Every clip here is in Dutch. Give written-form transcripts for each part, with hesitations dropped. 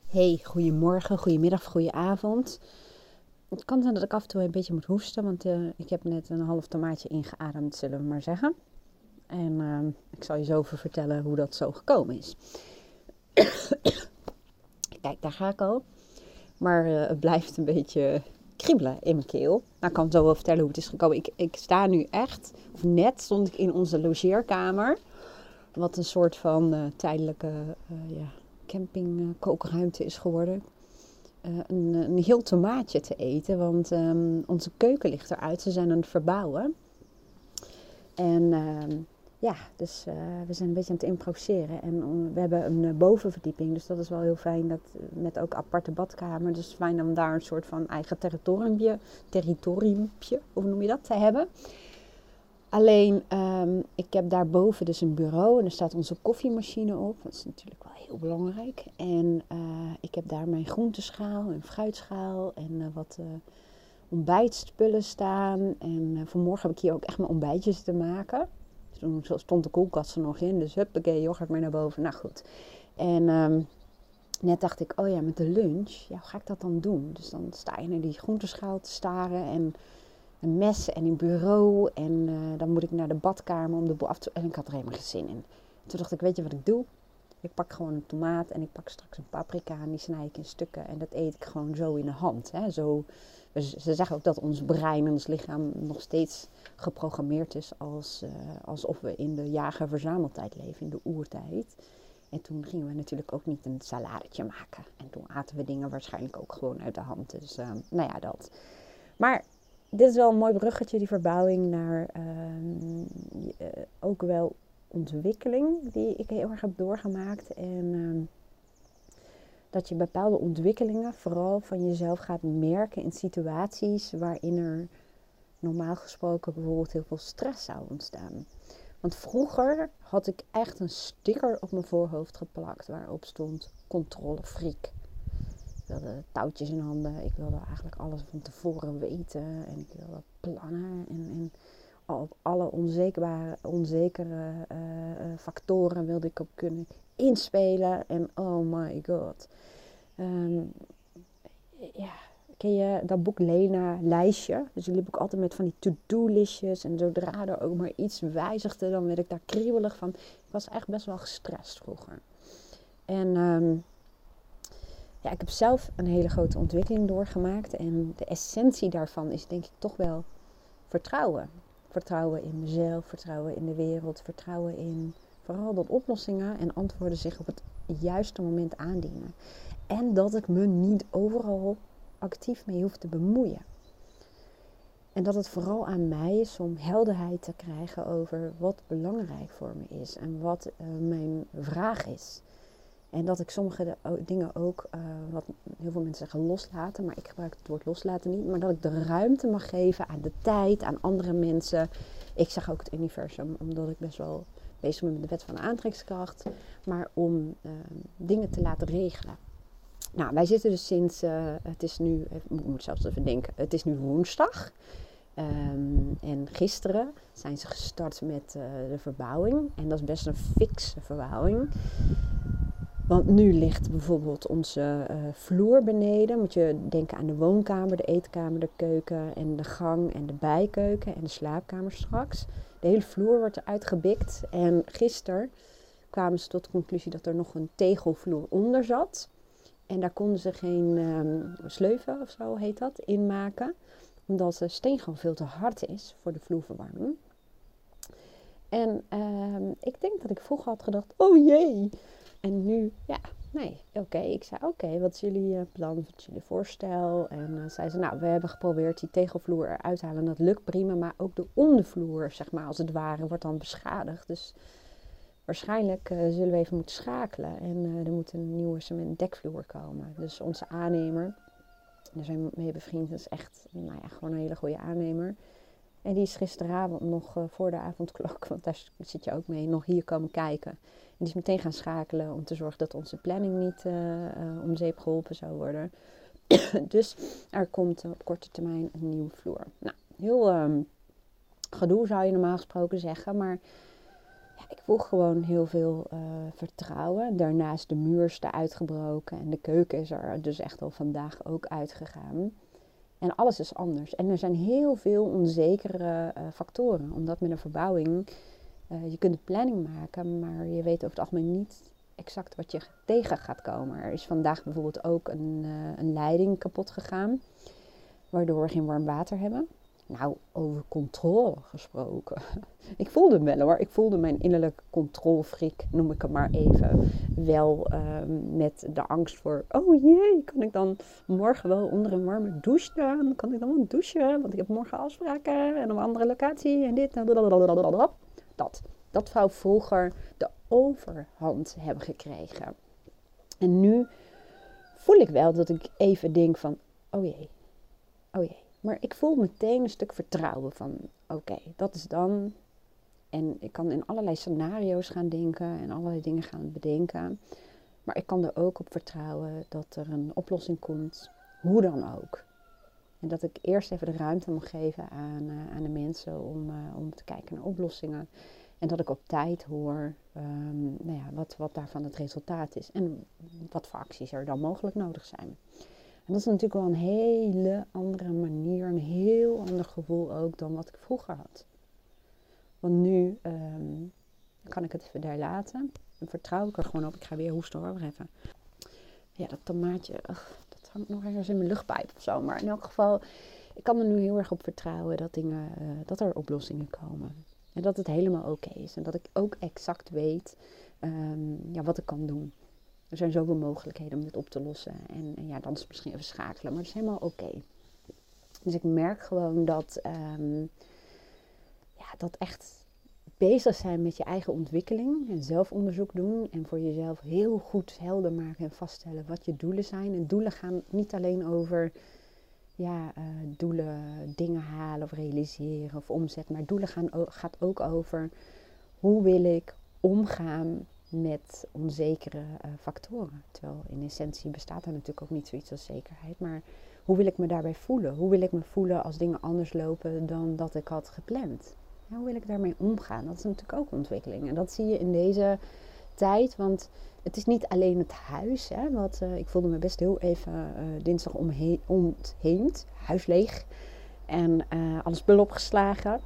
Hey, goedemorgen, goedemiddag, goedenavond. Het kan zijn dat ik af en toe een beetje moet hoesten, want ik heb net een half tomaatje ingeademd, zullen we maar zeggen. En ik zal je zo over vertellen hoe dat zo gekomen is. Kijk, daar ga ik al. Maar het blijft een beetje kriebelen in mijn keel. Nou, ik kan zo wel vertellen hoe het is gekomen. Ik sta nu echt, of net stond ik in onze logeerkamer. Wat een soort van tijdelijke campingkookruimte is geworden. Een heel tomaatje te eten, want onze keuken ligt eruit. Ze zijn aan het verbouwen. En dus we zijn een beetje aan het improviseren. En we hebben een bovenverdieping, dus dat is wel heel fijn. Dat, met ook aparte badkamer. Dus fijn om daar een soort van eigen territoriumpje, hoe noem je dat, te hebben. Alleen, ik heb daarboven dus een bureau en er staat onze koffiemachine op. Dat is natuurlijk wel heel belangrijk. En ik heb daar mijn groenteschaal en fruitschaal en wat ontbijtspullen staan. En vanmorgen heb ik hier ook echt mijn ontbijtjes te maken. Dus toen stond de koelkast er nog in, dus huppakee, yoghurt mee naar boven. Nou goed. En net dacht ik, oh ja, met de lunch, ja, hoe ga ik dat dan doen? Dus dan sta je naar die groenteschaal te staren en een mes en een bureau. En dan moet ik naar de badkamer om de boel af te... En ik had er helemaal geen zin in. Toen dacht ik, weet je wat ik doe? Ik pak gewoon een tomaat en ik pak straks een paprika en die snij ik in stukken. En dat eet ik gewoon zo in de hand. Hè? Zo, ze zeggen ook dat ons brein en ons lichaam nog steeds geprogrammeerd is alsof we in de jager-verzameltijd leven, in de oertijd. En toen gingen we natuurlijk ook niet een saladetje maken. En toen aten we dingen waarschijnlijk ook gewoon uit de hand. Dus nou ja, dat. Maar dit is wel een mooi bruggetje, die verbouwing naar ook wel ontwikkeling die ik heel erg heb doorgemaakt. En dat je bepaalde ontwikkelingen vooral van jezelf gaat merken in situaties waarin er normaal gesproken bijvoorbeeld heel veel stress zou ontstaan. Want vroeger had ik echt een sticker op mijn voorhoofd geplakt waarop stond controlefreak. Ik wilde touwtjes in handen. Ik wilde eigenlijk alles van tevoren weten. En ik wilde plannen. En op alle onzekere factoren wilde ik op kunnen inspelen. En oh my god. Ja, ken je dat boek Lena Lijstje? Dus ik liep ook altijd met van die to-do-listjes. En zodra er ook maar iets wijzigde, dan werd ik daar kriebelig van. Ik was echt best wel gestrest vroeger. En ja, ik heb zelf een hele grote ontwikkeling doorgemaakt. En de essentie daarvan is denk ik toch wel vertrouwen. Vertrouwen in mezelf, vertrouwen in de wereld, vertrouwen in vooral dat oplossingen en antwoorden zich op het juiste moment aandienen. En dat ik me niet overal actief mee hoef te bemoeien. En dat het vooral aan mij is om helderheid te krijgen over wat belangrijk voor me is en wat mijn vraag is. En dat ik sommige dingen ook, wat heel veel mensen zeggen, loslaten. Maar ik gebruik het woord loslaten niet. Maar dat ik de ruimte mag geven aan de tijd, aan andere mensen. Ik zeg ook het universum, omdat ik best wel bezig ben met de wet van de aantrekkingskracht. Maar om dingen te laten regelen. Nou, wij zitten dus sinds, het is nu, ik moet zelfs even denken, het is nu woensdag. En gisteren zijn ze gestart met de verbouwing. En dat is best een fikse verbouwing. Want nu ligt bijvoorbeeld onze vloer beneden. Moet je denken aan de woonkamer, de eetkamer, de keuken en de gang en de bijkeuken en de slaapkamer straks. De hele vloer wordt eruit gebikt. En gisteren kwamen ze tot de conclusie dat er nog een tegelvloer onder zat. En daar konden ze geen sleuven of zo heet dat, in maken. Omdat de steen gewoon veel te hard is voor de vloerverwarming. En ik denk dat ik vroeger had gedacht, oh jee. En nu, ja, nee, oké. Ik zei, oké, wat is jullie plan, wat is jullie voorstel? En zei ze, nou, we hebben geprobeerd die tegelvloer eruit te halen. En dat lukt prima, maar ook de ondervloer, zeg maar, als het ware, wordt dan beschadigd. Dus waarschijnlijk zullen we even moeten schakelen. En er moet een nieuwe cement dekvloer komen. Dus onze aannemer, daar zijn we mee bevriend, dat is echt, nou ja, gewoon een hele goede aannemer. En die is gisteravond nog voor de avondklok, want daar zit je ook mee, nog hier komen kijken. En die is meteen gaan schakelen om te zorgen dat onze planning niet om zeep geholpen zou worden. Dus er komt op korte termijn een nieuwe vloer. Nou, heel gedoe zou je normaal gesproken zeggen, maar ja, Ik voel gewoon heel veel vertrouwen. Daarnaast de muur is eruit gebroken en de keuken is er dus echt al vandaag ook uitgegaan. En alles is anders. En er zijn heel veel onzekere factoren. Omdat met een verbouwing, je kunt een planning maken, maar je weet over het algemeen niet exact wat je tegen gaat komen. Er is vandaag bijvoorbeeld ook een leiding kapot gegaan, waardoor we geen warm water hebben. Nou, over controle gesproken. Ik voelde hem wel hoor. Ik voelde mijn innerlijke controlfreak, noem ik hem maar even, wel met de angst voor, oh jee, kan ik dan morgen wel onder een warme douche staan? Kan ik dan wel douchen? Want ik heb morgen afspraken en op een andere locatie en dit en dat zou vroeger de overhand hebben gekregen. En nu voel ik wel dat ik even denk van, oh jee. Maar ik voel meteen een stuk vertrouwen van, oké, dat is dan. En ik kan in allerlei scenario's gaan denken en allerlei dingen gaan bedenken. Maar ik kan er ook op vertrouwen dat er een oplossing komt, hoe dan ook. En dat ik eerst even de ruimte mag geven aan de mensen om te kijken naar oplossingen. En dat ik op tijd hoor wat daarvan het resultaat is. En wat voor acties er dan mogelijk nodig zijn. En dat is natuurlijk wel een hele andere manier, een heel ander gevoel ook dan wat ik vroeger had. Want nu kan ik het even daar laten. En vertrouw ik er gewoon op. Ik ga weer hoesten hoor, even. Ja, dat tomaatje, dat hangt nog ergens in mijn luchtpijp of zo. Maar in elk geval, ik kan er nu heel erg op vertrouwen dat er oplossingen komen. En dat het helemaal oké is. En dat ik ook exact weet wat ik kan doen. Er zijn zoveel mogelijkheden om dit op te lossen. En dan is het misschien even schakelen. Maar het is helemaal oké. Dus ik merk gewoon dat dat echt bezig zijn met je eigen ontwikkeling. En zelfonderzoek doen. En voor jezelf heel goed helder maken en vaststellen wat je doelen zijn. En doelen gaan niet alleen over doelen, dingen halen of realiseren of omzet. Maar doelen gaat ook over hoe wil ik omgaan met onzekere factoren. Terwijl in essentie bestaat er natuurlijk ook niet zoiets als zekerheid. Maar hoe wil ik me daarbij voelen? Hoe wil ik me voelen als dingen anders lopen dan dat ik had gepland? Ja, hoe wil ik daarmee omgaan? Dat is natuurlijk ook ontwikkeling. En dat zie je in deze tijd. Want het is niet alleen het huis. Hè, ik voelde me best heel even dinsdag ontheemd. Huis leeg. En alle spullen opgeslagen.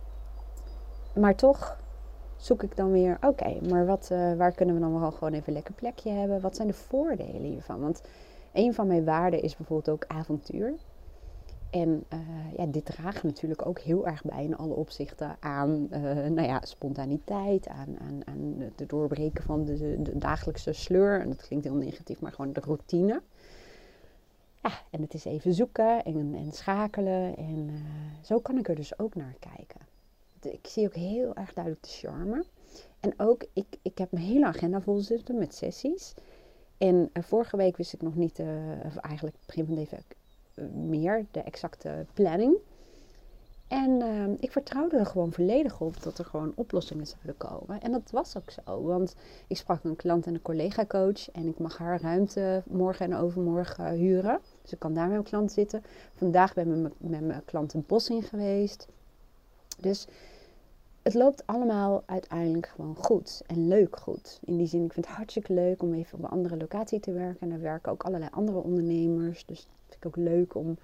Maar toch zoek ik dan weer, maar waar kunnen we dan wel gewoon even een lekker plekje hebben? Wat zijn de voordelen hiervan? Want een van mijn waarden is bijvoorbeeld ook avontuur. En dit draagt natuurlijk ook heel erg bij in alle opzichten aan spontaniteit, aan het doorbreken van de dagelijkse sleur. En dat klinkt heel negatief, maar gewoon de routine. Ja, en het is even zoeken en schakelen. En zo kan ik er dus ook naar kijken. Ik zie ook heel erg duidelijk de charme. En ook, ik heb mijn hele agenda vol zitten met sessies. En vorige week wist ik nog niet, eigenlijk begin van deze week meer, de exacte planning. En ik vertrouwde er gewoon volledig op dat er gewoon oplossingen zouden komen. En dat was ook zo, want ik sprak een klant en een collega-coach. En ik mag haar ruimte morgen en overmorgen huren. Dus ik kan daar met mijn klant zitten. Vandaag ben ik met mijn klant een bos in geweest. Dus het loopt allemaal uiteindelijk gewoon goed en leuk goed. In die zin, ik vind het hartstikke leuk om even op een andere locatie te werken. En daar werken ook allerlei andere ondernemers. Dus dat vind ik ook leuk om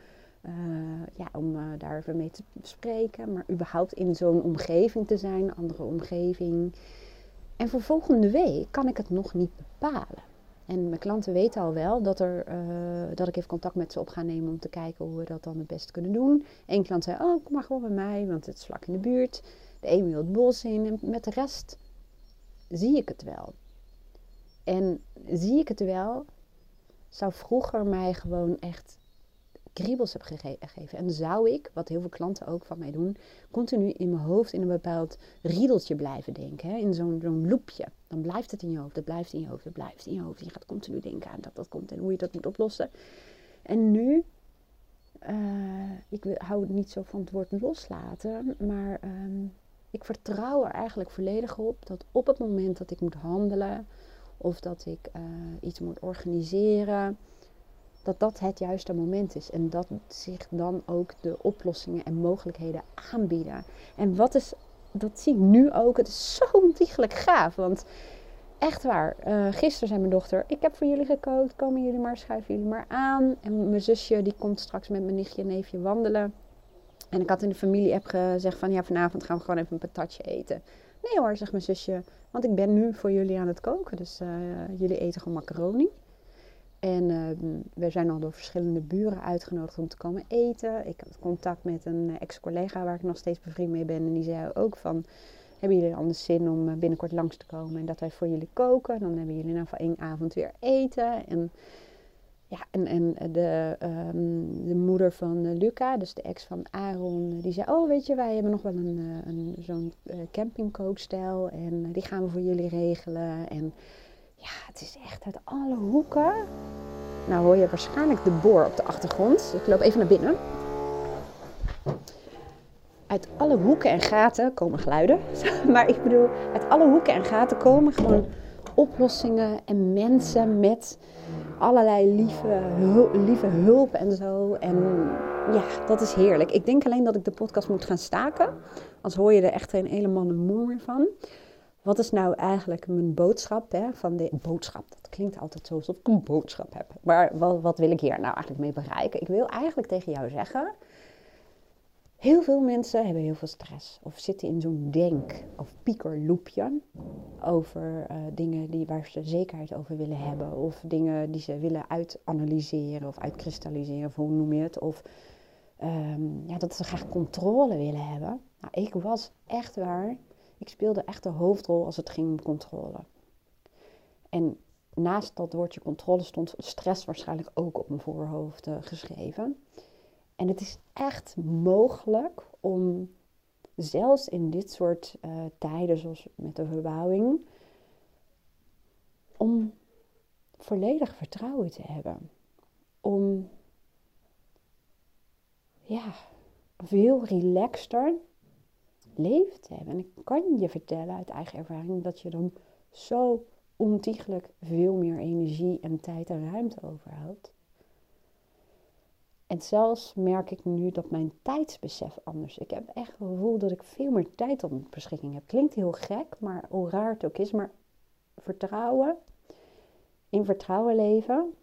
daar even mee te spreken. Maar überhaupt in zo'n omgeving te zijn, een andere omgeving. En voor volgende week kan ik het nog niet bepalen. En mijn klanten weten al wel dat ik even contact met ze op ga nemen om te kijken hoe we dat dan het beste kunnen doen. Eén klant zei, kom maar gewoon bij mij, want het is vlak in de buurt. De een wil het bos in en met de rest zie ik het wel. En zie ik het wel, zou vroeger mij gewoon echt kriebels hebben gegeven. En zou ik, wat heel veel klanten ook van mij doen, continu in mijn hoofd in een bepaald riedeltje blijven denken. Hè? In zo'n loopje. Dan blijft het in je hoofd, dat blijft in je hoofd, dat blijft in je hoofd. Je gaat continu denken aan dat komt en hoe je dat moet oplossen. En nu, ik hou het niet zo van het woord loslaten, maar ik vertrouw er eigenlijk volledig op dat op het moment dat ik moet handelen of dat ik iets moet organiseren, dat het juiste moment is. En dat zich dan ook de oplossingen en mogelijkheden aanbieden. En wat is dat zie ik nu ook. Het is zo ontiegelijk gaaf. Want echt waar, gisteren zei mijn dochter, ik heb voor jullie gekookt. Komen jullie maar, schuiven jullie maar aan. En mijn zusje die komt straks met mijn nichtje en neefje wandelen. En ik had in de familie-app gezegd van ja, vanavond gaan we gewoon even een patatje eten. Nee hoor, zegt mijn zusje, want ik ben nu voor jullie aan het koken. Dus jullie eten gewoon macaroni. En we zijn al door verschillende buren uitgenodigd om te komen eten. Ik had contact met een ex-collega waar ik nog steeds bevriend mee ben. En die zei ook van, hebben jullie anders zin om binnenkort langs te komen en dat wij voor jullie koken? Dan hebben jullie nou voor 1 avond weer eten. En ja, en de moeder van Luca, dus de ex van Aaron, die zei, oh weet je, wij hebben nog wel zo'n campingkookstijl en die gaan we voor jullie regelen. En ja, het is echt uit alle hoeken. Nou hoor je waarschijnlijk de boor op de achtergrond. Ik loop even naar binnen. Uit alle hoeken en gaten komen geluiden. Maar ik bedoel, uit alle hoeken en gaten komen gewoon oplossingen en mensen met allerlei lieve hulp en zo. En ja, dat is heerlijk. Ik denk alleen dat ik de podcast moet gaan staken. Anders hoor je er echt geen helemaal een moe meer van. Wat is nou eigenlijk mijn boodschap? Hè? Boodschap, dat klinkt altijd zo alsof ik een boodschap heb. Maar wat wil ik hier nou eigenlijk mee bereiken? Ik wil eigenlijk tegen jou zeggen, heel veel mensen hebben heel veel stress. Of zitten in zo'n denk- of piekerloopje over dingen waar ze zekerheid over willen hebben. Of dingen die ze willen uitanalyseren of uitkristalliseren, of hoe noem je het. Of dat ze graag controle willen hebben. Nou, ik was echt waar... Ik speelde echt de hoofdrol als het ging om controle. En naast dat woordje controle stond stress waarschijnlijk ook op mijn voorhoofd geschreven. En het is echt mogelijk om, zelfs in dit soort tijden zoals met de verbouwing, om volledig vertrouwen te hebben. Om veel relaxter leven te hebben. En ik kan je vertellen uit eigen ervaring dat je dan zo ontiegelijk veel meer energie en tijd en ruimte overhoudt. En zelfs merk ik nu dat mijn tijdsbesef anders is. Ik heb echt het gevoel dat ik veel meer tijd op beschikking heb. Klinkt heel gek, maar hoe raar het ook is. Maar vertrouwen, in vertrouwen leven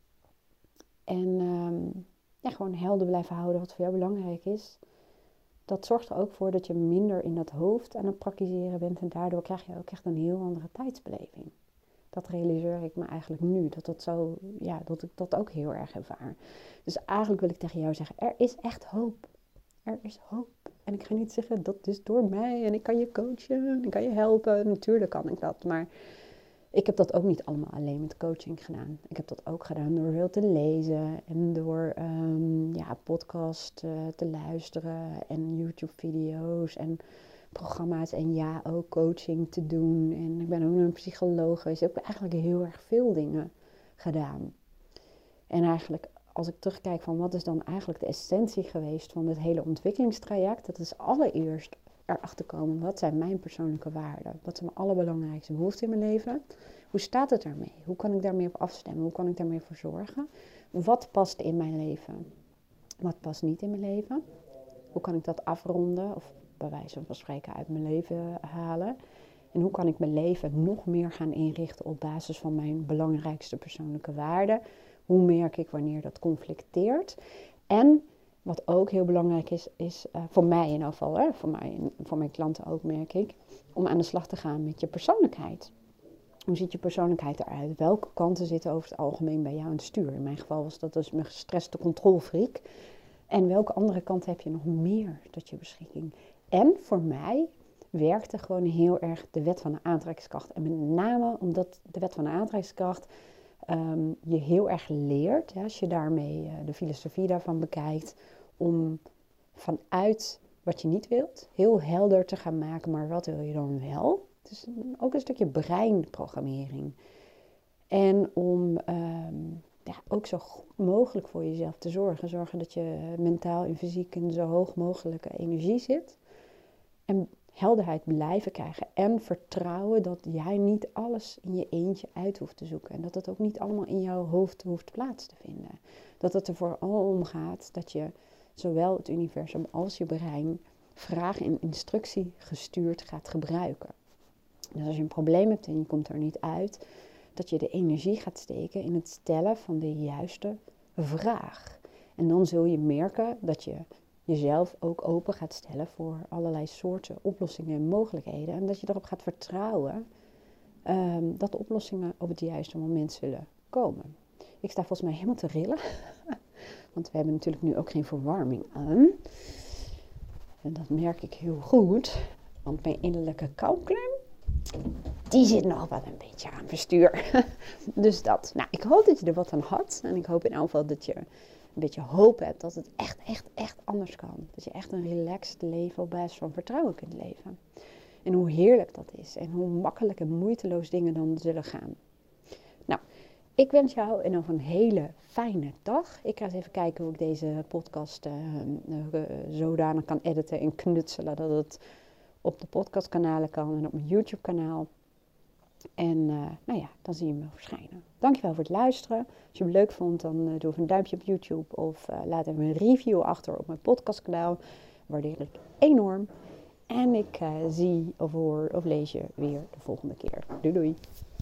en gewoon helder blijven houden wat voor jou belangrijk is. Dat zorgt er ook voor dat je minder in dat hoofd aan het praktiseren bent. En daardoor krijg je ook echt een heel andere tijdsbeleving. Dat realiseer ik me eigenlijk nu. Dat ik dat ook heel erg ervaar. Dus eigenlijk wil ik tegen jou zeggen, er is echt hoop. Er is hoop. En ik ga niet zeggen, dat is door mij. En ik kan je coachen. En ik kan je helpen. Natuurlijk kan ik dat. Maar ik heb dat ook niet allemaal alleen met coaching gedaan. Ik heb dat ook gedaan door veel te lezen en door podcast te luisteren en YouTube-video's en programma's en ook coaching te doen. En ik ben ook een psycholoog geweest. Ik heb eigenlijk heel erg veel dingen gedaan. En eigenlijk, als ik terugkijk van wat is dan eigenlijk de essentie geweest van dit hele ontwikkelingstraject, dat is allereerst erachter komen, wat zijn mijn persoonlijke waarden? Wat zijn mijn allerbelangrijkste behoeften in mijn leven? Hoe staat het ermee? Hoe kan ik daarmee op afstemmen? Hoe kan ik daarmee voor zorgen? Wat past in mijn leven? Wat past niet in mijn leven? Hoe kan ik dat afronden of bij wijze van spreken uit mijn leven halen? En hoe kan ik mijn leven nog meer gaan inrichten op basis van mijn belangrijkste persoonlijke waarden? Hoe merk ik wanneer dat conflicteert? En wat ook heel belangrijk is voor mij in ieder geval, voor mijn klanten ook merk ik, om aan de slag te gaan met je persoonlijkheid. Hoe ziet je persoonlijkheid eruit? Welke kanten zitten over het algemeen bij jou aan het stuur? In mijn geval was dat dus mijn gestreste controlfreak. En welke andere kanten heb je nog meer tot je beschikking? En voor mij werkte gewoon heel erg de wet van de aantrekkingskracht. En met name omdat de wet van de aantrekkingskracht je heel erg leert, als je daarmee de filosofie daarvan bekijkt, om vanuit wat je niet wilt, heel helder te gaan maken, maar wat wil je dan wel? Dus ook een stukje breinprogrammering. En om ook zo goed mogelijk voor jezelf te zorgen. Zorgen dat je mentaal en fysiek in zo hoog mogelijke energie zit. En helderheid blijven krijgen. En vertrouwen dat jij niet alles in je eentje uit hoeft te zoeken. En dat het ook niet allemaal in jouw hoofd hoeft plaats te vinden. Dat het er vooral om gaat dat je zowel het universum als je brein vraag en instructie gestuurd gaat gebruiken. Dus als je een probleem hebt en je komt er niet uit, dat je de energie gaat steken in het stellen van de juiste vraag. En dan zul je merken dat je jezelf ook open gaat stellen voor allerlei soorten oplossingen en mogelijkheden. En dat je erop gaat vertrouwen dat de oplossingen op het juiste moment zullen komen. Ik sta volgens mij helemaal te rillen. Want we hebben natuurlijk nu ook geen verwarming aan. En dat merk ik heel goed. Want mijn innerlijke kouklim, die zit nog wel een beetje aan bestuur. Dus dat. Nou, ik hoop dat je er wat aan had. En ik hoop in elk geval dat je een beetje hoop hebt dat het echt anders kan. Dat je echt een relaxed leven op basis van vertrouwen kunt leven. En hoe heerlijk dat is. En hoe makkelijk en moeiteloos dingen dan zullen gaan. Nou, ik wens jou en nog een hele fijne dag. Ik ga eens even kijken hoe ik deze podcast zodanig kan editen en knutselen. Dat het op de podcastkanalen kan en op mijn YouTube kanaal. En dan zie je me verschijnen. Dankjewel voor het luisteren. Als je het leuk vond, dan doe even een duimpje op YouTube. Of laat even een review achter op mijn podcastkanaal. Waardeer ik enorm. En ik zie of hoor of lees je weer de volgende keer. Doei doei.